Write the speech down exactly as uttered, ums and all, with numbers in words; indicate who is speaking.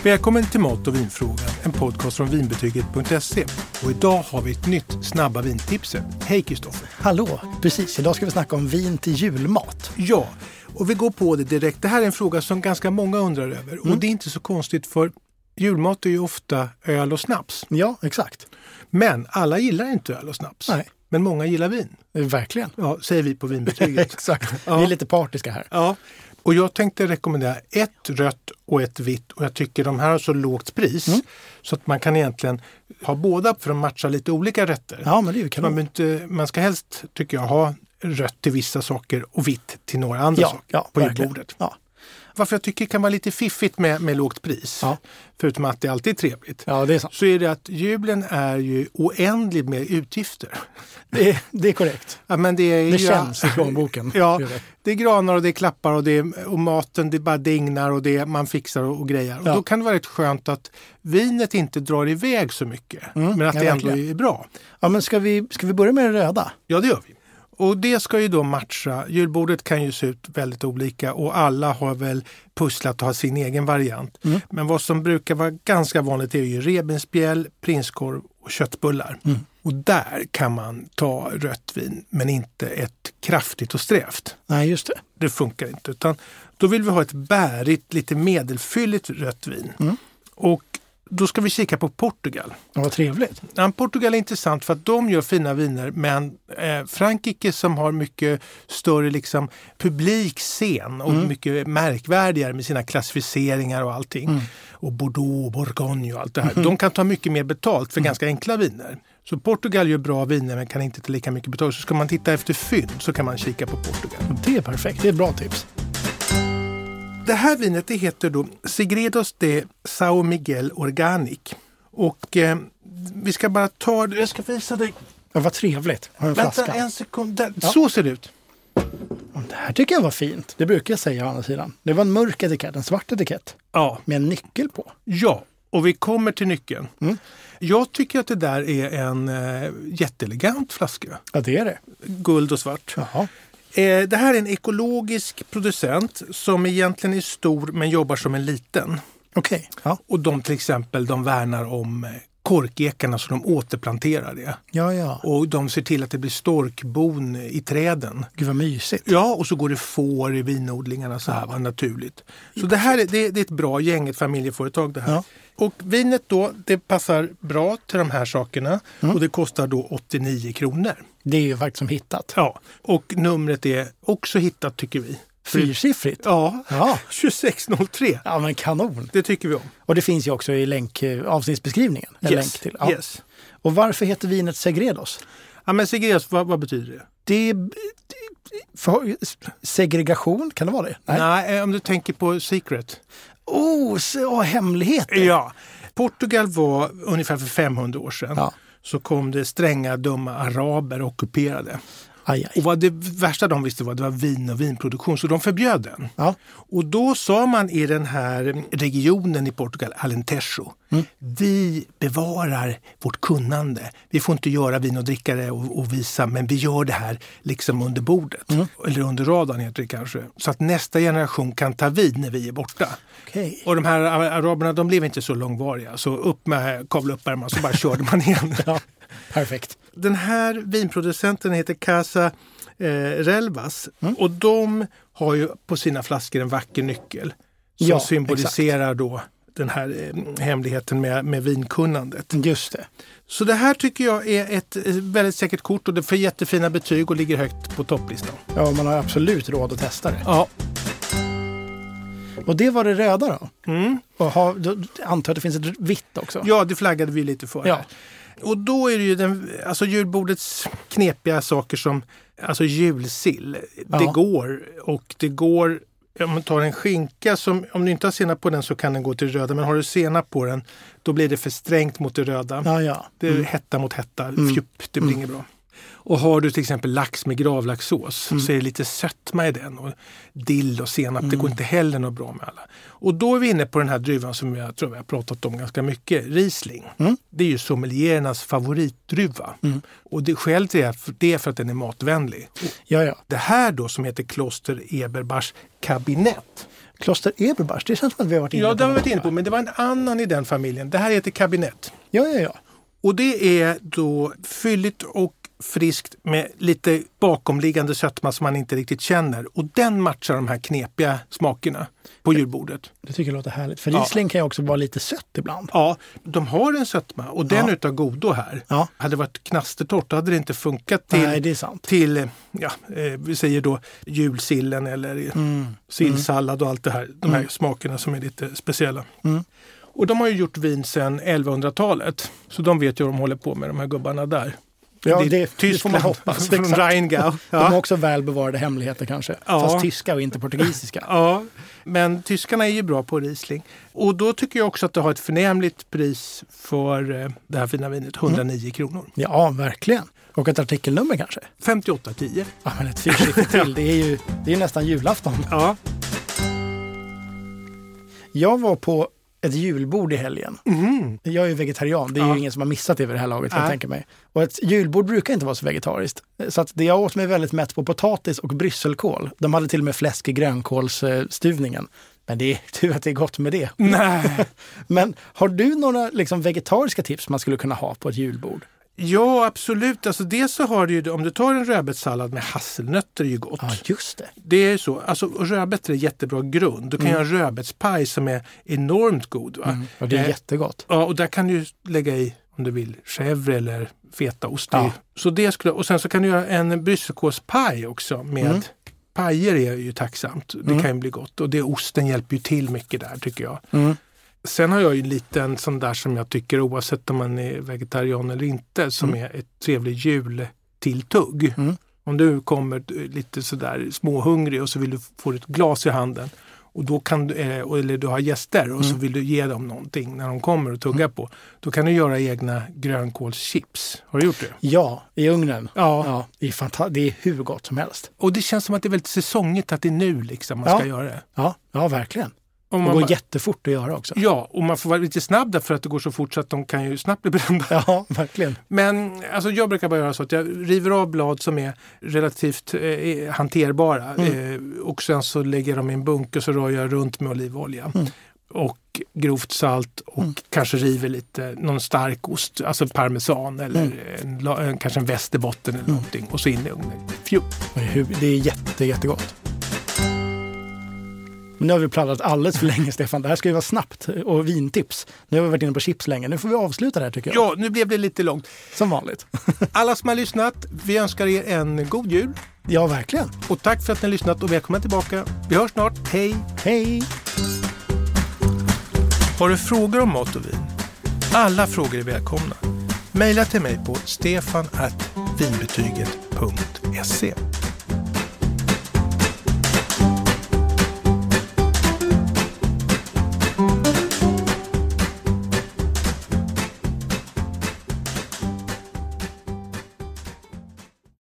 Speaker 1: Välkommen till Mat- och vinfrågan, en podcast från vinbetyget punkt se. Och idag har vi ett nytt snabba vintipset. Hej Kristoffer.
Speaker 2: Hallå, precis. Idag ska vi snacka om vin till julmat.
Speaker 1: Ja, och vi går på det direkt. Det här är en fråga som ganska många undrar över. Mm. Och det är inte så konstigt, för julmat är ju ofta öl och snaps.
Speaker 2: Ja, exakt.
Speaker 1: Men alla gillar inte öl och snaps.
Speaker 2: Nej.
Speaker 1: Men många gillar vin.
Speaker 2: Verkligen.
Speaker 1: Ja, säger vi på vinbetyget.
Speaker 2: Exakt.
Speaker 1: Ja.
Speaker 2: Vi är lite partiska här.
Speaker 1: Ja. Och jag tänkte rekommendera ett rött och ett vitt, och jag tycker de här har så lågt pris mm. så att man kan egentligen ha båda för att matcha lite olika rätter.
Speaker 2: Ja, men det är ju kanon.
Speaker 1: Man, inte, man ska helst, tycker jag, ha rött till vissa saker och vitt till några andra
Speaker 2: ja,
Speaker 1: saker
Speaker 2: ja,
Speaker 1: på
Speaker 2: verkligen.
Speaker 1: julbordet.
Speaker 2: Ja.
Speaker 1: Varför jag tycker det kan vara lite fiffigt med, med lågt pris,
Speaker 2: ja.
Speaker 1: förutom att det alltid är trevligt,
Speaker 2: ja, det är sant.
Speaker 1: så är det att julen är ju oändlig med utgifter.
Speaker 2: Det är, det är korrekt.
Speaker 1: Ja, men det är
Speaker 2: det
Speaker 1: ju,
Speaker 2: känns i plånboken.
Speaker 1: Ja, det är granar och det är klappar och, det är, och maten, det bara dignar och det man fixar och, och grejer. Och
Speaker 2: ja.
Speaker 1: då kan det vara rätt skönt att vinet inte drar iväg så mycket, mm, men att ja, det ändå verkligen är bra.
Speaker 2: Ja, men ska vi, ska vi börja med det röda?
Speaker 1: Ja, det gör vi. Och det ska ju då matcha. Julbordet kan ju se ut väldigt olika och alla har väl pusslat och har sin egen variant. Mm. Men vad som brukar vara ganska vanligt är ju revbensspjäll, prinskorv och köttbullar. Mm. Och där kan man ta rött vin, men inte ett kraftigt och strävt.
Speaker 2: Nej, just det.
Speaker 1: Det funkar inte, utan då vill vi ha ett bärigt, lite medelfylligt rött vin. Mm. Och då ska vi kika på Portugal.
Speaker 2: Ja, vad trevligt.
Speaker 1: Ja, Portugal är intressant för att de gör fina viner, men eh, Frankrike som har mycket större liksom, publikscen och mm. mycket märkvärdigare med sina klassificeringar och allting. Mm. Och Bordeaux, Bourgogne och allt det här. Mm. De kan ta mycket mer betalt för mm. ganska enkla viner. Så Portugal gör bra viner men kan inte ta lika mycket betalt. Så ska man titta efter fynd så kan man kika på Portugal.
Speaker 2: Det är perfekt, det är ett bra tips.
Speaker 1: Det här vinet det heter då Segredos de São Miguel Organic. Och eh, vi ska bara ta det. Jag ska visa dig.
Speaker 2: Ja, vad trevligt. Har en
Speaker 1: Vänta
Speaker 2: flaska.
Speaker 1: en sekund. Där.
Speaker 2: Ja.
Speaker 1: Så ser det ut.
Speaker 2: Det här tycker jag var fint. Det brukar jag säga å andra sidan. Det var en mörk etikett, en svart etikett.
Speaker 1: Ja.
Speaker 2: Med en nyckel på.
Speaker 1: Ja, och vi kommer till nyckeln.
Speaker 2: Mm.
Speaker 1: Jag tycker att det där är en eh, jätteelegant flaska.
Speaker 2: Ja, det är det.
Speaker 1: Guld och svart.
Speaker 2: Jaha.
Speaker 1: Det här är en ekologisk producent som egentligen är stor men jobbar som en liten.
Speaker 2: Okej. Okay. Ja.
Speaker 1: Och de till exempel de värnar om korkekarna så de återplanterar det.
Speaker 2: Ja, ja.
Speaker 1: Och de ser till att det blir storkbon i träden.
Speaker 2: Gud vad mysigt.
Speaker 1: Ja, och så går det får i vinodlingarna så här, ja. Naturligt. Så det här är, det, det är ett bra gäng, ett familjeföretag det här. Ja. Och vinet då, det passar bra till de här sakerna mm. och det kostar då åttionio kronor.
Speaker 2: Det är ju faktiskt som hittat.
Speaker 1: Ja, och numret är också hittat tycker vi.
Speaker 2: Fyrsiffrigt?
Speaker 1: Ja,
Speaker 2: ja.
Speaker 1: tjugosex noll tre.
Speaker 2: Ja, men kanon.
Speaker 1: Det tycker vi om.
Speaker 2: Och det finns ju också i länk, avsnittsbeskrivningen. En
Speaker 1: yes.
Speaker 2: länk till. Ja.
Speaker 1: Yes.
Speaker 2: Och varför heter vinet Segredos?
Speaker 1: Ja, men Segredos, vad, vad betyder det?
Speaker 2: Det är för, segregation, kan det vara det?
Speaker 1: Nej, Nej om du tänker på secret.
Speaker 2: Oh, så hemligheter.
Speaker 1: Ja, Portugal var ungefär för femhundra år sedan. Ja. Så kom det stränga, dumma araber och ockuperade.
Speaker 2: Aj, aj.
Speaker 1: Och vad det värsta de visste var det var vin och vinproduktion, så de förbjöd den.
Speaker 2: Ja.
Speaker 1: Och då sa man i den här regionen i Portugal, Alentejo, mm. vi bevarar vårt kunnande. Vi får inte göra vin och dricka det och, och visa, men vi gör det här liksom under bordet. Mm. Eller under radarn heter det kanske. Så att nästa generation kan ta vid när vi är borta.
Speaker 2: Okay.
Speaker 1: Och de här araberna, de blev inte så långvariga. Så upp med kavla upp ärmarna så bara körde man igen.
Speaker 2: Ja. Perfekt.
Speaker 1: Den här vinproducenten heter Casa eh, Relvas mm. och de har ju på sina flaskor en vacker nyckel som
Speaker 2: ja,
Speaker 1: symboliserar
Speaker 2: exakt.
Speaker 1: Då den här eh, hemligheten med, med vinkunnandet.
Speaker 2: Just det.
Speaker 1: Så det här tycker jag är ett väldigt säkert kort och det får jättefina betyg och ligger högt på topplistan.
Speaker 2: Ja, man har absolut råd att testa det.
Speaker 1: Ja.
Speaker 2: Och det var det röda då?
Speaker 1: Mm.
Speaker 2: Och har, då antar att det finns ett vitt också?
Speaker 1: Ja, det flaggade vi lite för
Speaker 2: ja.
Speaker 1: här. Och då är det ju den, alltså julbordets knepiga saker som alltså julsill. Ja. Det går och det går, om man tar en skinka som, om du inte har senap på den så kan den gå till röda, men har du senap på den då blir det för strängt mot det röda.
Speaker 2: Ja, ja.
Speaker 1: Det är mm. hetta mot hetta, mm. fjupp, det blir mm. inget bra. Och har du till exempel lax med gravlaxsås mm. så är det lite sötma i den. Och dill och senap, mm. det går inte heller något bra med alla. Och då är vi inne på den här druvan som jag tror vi har pratat om ganska mycket. Riesling. Mm. Det är ju sommeliernas favoritdruva. Mm. Och det skälet till det är för att den är matvänlig.
Speaker 2: Ja, ja.
Speaker 1: Det här då som heter Kloster Eberbachs kabinett.
Speaker 2: Kloster Eberbach, det känns som att vi har varit inne på.
Speaker 1: Ja, det har vi varit inne på, men det var en annan i den familjen. Det här heter kabinett.
Speaker 2: Ja, ja, ja.
Speaker 1: Och det är då fylligt och friskt med lite bakomliggande sötma som man inte riktigt känner. Och den matchar de här knepiga smakerna på julbordet.
Speaker 2: Det tycker jag låter härligt. För Riesling ja. kan ju också vara lite sött ibland.
Speaker 1: Ja, de har en sötma och den
Speaker 2: ja.
Speaker 1: utav godo här.
Speaker 2: Ja.
Speaker 1: Hade det varit knastertorrt hade det inte funkat till,
Speaker 2: Nej, det är sant.
Speaker 1: till ja, eh, vi säger då julsillen eller mm. sillsallad och allt det här. De här mm. smakerna som är lite speciella. Mm. Och de har ju gjort vin sedan elvahundratalet. Så de vet ju vad de håller på med, de här gubbarna där.
Speaker 2: Ja, det, det Tyskland hoppas.
Speaker 1: Från Rheingau. Ja.
Speaker 2: De har också välbevarade hemligheter kanske. Ja. Fast tyska och inte portugisiska.
Speaker 1: Ja, men tyskarna är ju bra på Riesling. Och då tycker jag också att det har ett förnämligt pris för det här fina vinet. hundranio mm. kronor.
Speaker 2: Ja, verkligen. Och ett artikelnummer kanske?
Speaker 1: femtioåtta tio.
Speaker 2: Ja, men ett fyrsiffrigt till. Det är ju det är nästan julafton.
Speaker 1: Ja.
Speaker 2: Jag var på ett julbord i helgen. Mm. Jag är ju vegetarian. Det är ja. ju ingen som har missat det vid det här laget, kan jag tänka mig. Och ett julbord brukar inte vara så vegetariskt. Så att det jag åt mig väldigt mätt på potatis och brysselkål. De hade till och med fläsk i grönkålsstuvningen. Men det är tur att det är gott med det.
Speaker 1: Nej.
Speaker 2: Men har du några liksom, vegetariska tips man skulle kunna ha på ett julbord?
Speaker 1: Ja, absolut. Alltså det så har du ju, om du tar en rödbetssallad med hasselnötter är ju gott.
Speaker 2: Ja, just det.
Speaker 1: Det är så. Alltså rödbetor är jättebra grund. Du kan mm. göra en rödbetspaj som är enormt god. Va? Mm.
Speaker 2: Och det är
Speaker 1: eh,
Speaker 2: jättegott.
Speaker 1: Ja, och där kan du lägga i, om du vill, chèvre eller fetaost. Ja. Så det skulle, och sen så kan du göra en brysselkålspaj också med mm. pajer är ju tacksamt. Det mm. kan ju bli gott. Och det osten hjälper ju till mycket där, tycker jag. Mm. Sen har jag ju en liten sån där som jag tycker, oavsett om man är vegetarian eller inte, som mm. är ett trevligt jultilltugg. Mm. Om du kommer lite sådär småhungrig och så vill du få ett glas i handen och då kan du, eller du har gäster och mm. så vill du ge dem någonting när de kommer och tugga mm. på. Då kan du göra egna grönkålschips. Har du gjort det?
Speaker 2: Ja, i ugnen.
Speaker 1: Ja.
Speaker 2: ja det, är fanta- det är hur gott som helst.
Speaker 1: Och det känns som att det är väldigt säsongigt att det är nu liksom man
Speaker 2: ja.
Speaker 1: ska göra det.
Speaker 2: Ja, ja verkligen.
Speaker 1: Och
Speaker 2: det går bara, jättefort att göra också.
Speaker 1: Ja, och man får vara lite snabb därför att det går så fort så att de kan ju snabbt bli brända.
Speaker 2: Ja, verkligen.
Speaker 1: Men alltså, jag brukar bara göra så att jag river av blad som är relativt eh, hanterbara. Mm. Eh, och sen så lägger jag dem i en bunke och så rör jag runt med olivolja. Mm. Och grovt salt och mm. kanske river lite, någon stark ost, alltså parmesan eller mm. en, en, kanske en västerbotten eller mm. någonting. Och så in i ugnen. Fju.
Speaker 2: Det är jätte, jättegott. Men nu har vi planerat alldeles för länge, Stefan. Det här ska ju vara snabbt och vintips. Nu har vi varit inne på chips länge. Nu får vi avsluta det här, tycker jag.
Speaker 1: Ja, nu blev det lite långt.
Speaker 2: Som vanligt.
Speaker 1: Alla som har lyssnat, vi önskar er en god jul.
Speaker 2: Ja, verkligen.
Speaker 1: Och tack för att ni har lyssnat och välkomna tillbaka. Vi hörs snart. Hej!
Speaker 2: Hej!
Speaker 1: Har du frågor om mat och vin? Alla frågor är välkomna. Maila till mig på stefan at vinbetyget punkt se.